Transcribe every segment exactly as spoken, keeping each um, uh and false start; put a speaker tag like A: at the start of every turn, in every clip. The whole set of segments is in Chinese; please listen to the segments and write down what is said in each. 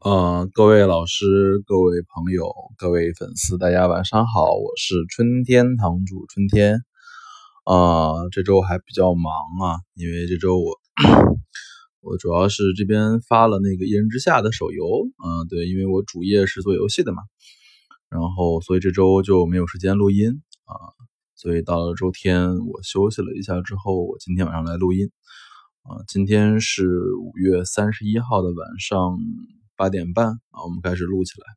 A: 呃，各位老师、各位朋友、各位粉丝，大家晚上好，我是春天堂主春天。呃，这周还比较忙啊，因为这周我我主要是这边发了那个一人之下的手游，嗯、呃，对，因为我主业是做游戏的嘛，然后所以这周就没有时间录音啊、呃，所以到了周天我休息了一下之后，我今天晚上来录音。啊、呃，今天是五月三十一号的晚上八点半啊，我们开始录起来。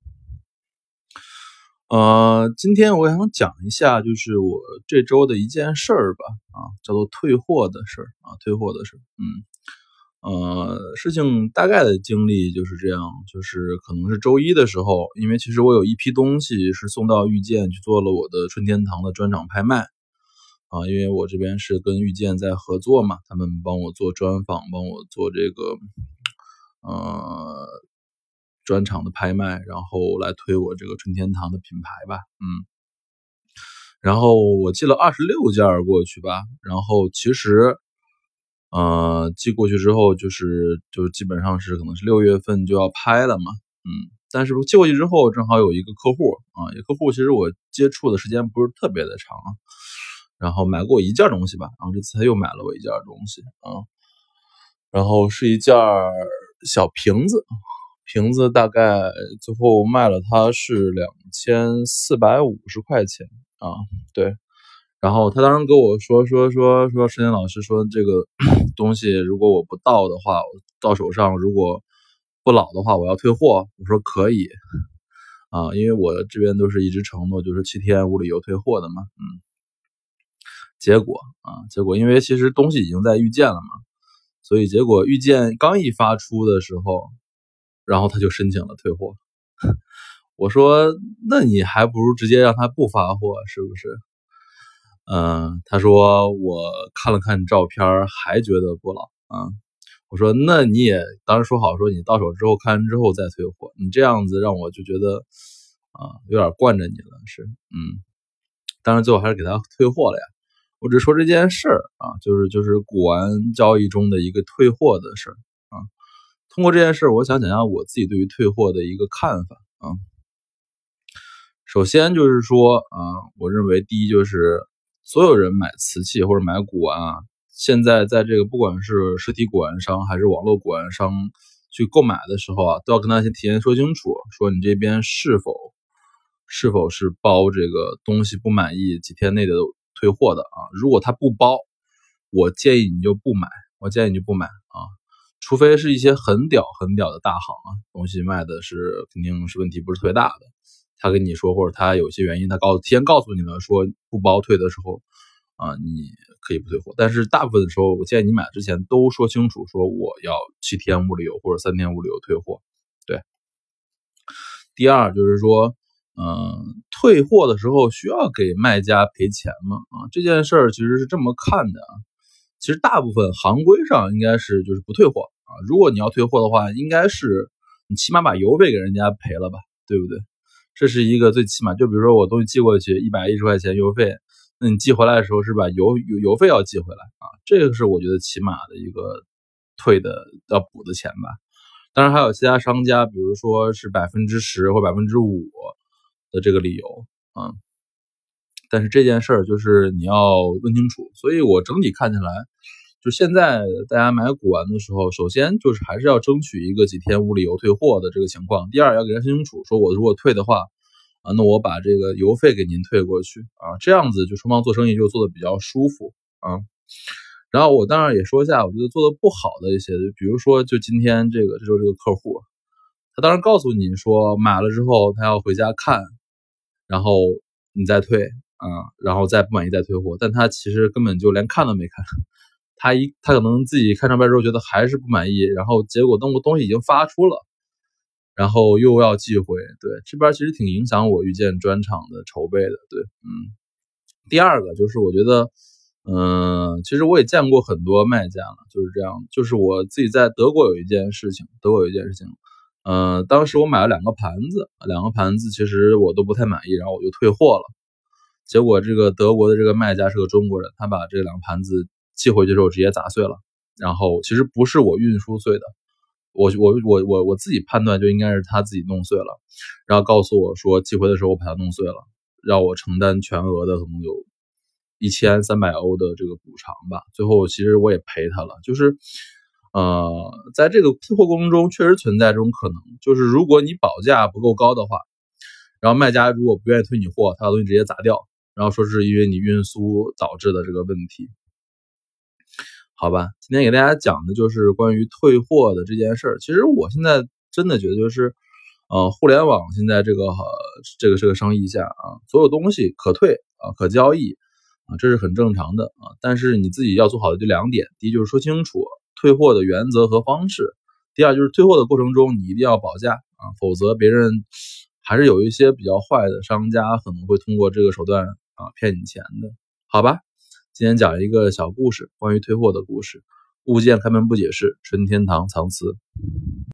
A: 呃，今天我想讲一下，就是我这周的一件事儿吧，啊，叫做退货的事儿啊，退货的事儿，嗯。呃，事情大概的经历就是这样，就是可能是周一的时候，因为其实我有一批东西是送到遇见去做了我的春天堂的专场拍卖啊，因为我这边是跟遇见在合作嘛，他们帮我做专访，帮我做这个呃专场的拍卖，然后来推我这个春天堂的品牌吧，嗯。然后我寄了二十六件过去吧，然后其实呃，寄过去之后就是就基本上是可能是六月份就要拍了嘛，嗯，但是寄过去之后正好有一个客户啊，一个客户其实我接触的时间不是特别的长，然后买过一件东西吧，然后这次他又买了我一件东西啊，然后是一件小瓶子，瓶子大概最后卖了它是两千四百五十块钱啊，对。然后他当时跟我说说说说申天老师说这个东西如果我不到的话，我到手上如果不老的话我要退货，我说可以啊，因为我这边都是一直承诺就是七天无理由退货的嘛，嗯。结果啊，结果因为其实东西已经在遇见了嘛，所以结果遇见刚一发出的时候，然后他就申请了退货。我说那你还不如直接让他不发货，是不是？嗯，他说我看了看照片还觉得不老啊。我说那你也当时说好说你到手之后看完之后再退货，你这样子让我就觉得啊有点惯着你了，是嗯。当然最后还是给他退货了呀。我只说这件事儿啊，就是就是古玩交易中的一个退货的事儿啊。通过这件事我想讲讲我自己对于退货的一个看法啊。首先就是说啊，我认为第一就是所有人买瓷器或者买古玩啊，现在在这个不管是实体古玩商还是网络古玩商去购买的时候啊，都要跟他先提前说清楚，说你这边是否是否是包这个东西不满意几天内的退货的啊。如果他不包，我建议你就不买，我建议你就不买啊。除非是一些很屌很屌的大行啊，东西卖的是肯定是问题不是特别大的，他跟你说或者他有些原因他告提前告诉你了说不包退的时候啊，你可以不退货。但是大部分的时候我建议你买之前都说清楚，说我要七天无理由或者三天无理由退货。对。第二就是说嗯，退货的时候需要给卖家赔钱吗？啊，这件事儿其实是这么看的啊。其实大部分行规上应该是就是不退货啊。如果你要退货的话，应该是你起码把邮费给人家赔了吧，对不对？这是一个最起码，就比如说我东西寄过去一百一十块钱邮费，那你寄回来的时候是把邮邮邮费要寄回来啊，这个是我觉得起码的一个退的要补的钱吧。当然还有其他商家，比如说是百分之十或百分之五的这个理由啊。但是这件事儿就是你要问清楚，所以我整体看起来，就现在大家买古玩的时候，首先就是还是要争取一个几天无理由退货的这个情况。第二，要给人说清楚，说我如果退的话，啊，那我把这个邮费给您退过去啊，这样子就双方做生意就做的比较舒服啊。然后我当然也说一下，我觉得做的不好的一些，比如说就今天这个，这就是这个客户，他当然告诉你说买了之后他要回家看，然后你再退啊，然后再不满意再退货，但他其实根本就连看都没看，他一他可能自己看照片之后觉得还是不满意，然后结果东东西已经发出了，然后又要寄回，对，这边其实挺影响我遇见专场的筹备的，对，嗯。第二个就是我觉得嗯，其实我也见过很多卖家了，就是这样，就是我自己在德国有一件事情，德国有一件事情，呃，当时我买了两个盘子，两个盘子其实我都不太满意，然后我就退货了。结果这个德国的这个卖家是个中国人，他把这两个盘子寄回去之后直接砸碎了，然后其实不是我运输碎的， 我我我我我自己判断就应该是他自己弄碎了，然后告诉我说寄回的时候我把它弄碎了，让我承担全额的可能有一千三百欧的这个补偿吧。最后其实我也赔他了，就是呃，在这个退货过程中确实存在这种可能，就是如果你保价不够高的话，然后卖家如果不愿意退你货，他把东西直接砸掉，然后说是因为你运输导致的这个问题。好吧，今天给大家讲的就是关于退货的这件事儿。其实我现在真的觉得就是，呃，互联网现在这个、呃、这个这个生意下啊，所有东西可退啊，可交易啊，这是很正常的啊。但是你自己要做好的就两点：第一就是说清楚退货的原则和方式；第二就是退货的过程中你一定要保价啊，否则别人还是有一些比较坏的商家可能会通过这个手段啊骗你钱的，好吧？今天讲一个小故事，关于退货的故事。物件开门不解释，纯天堂藏词。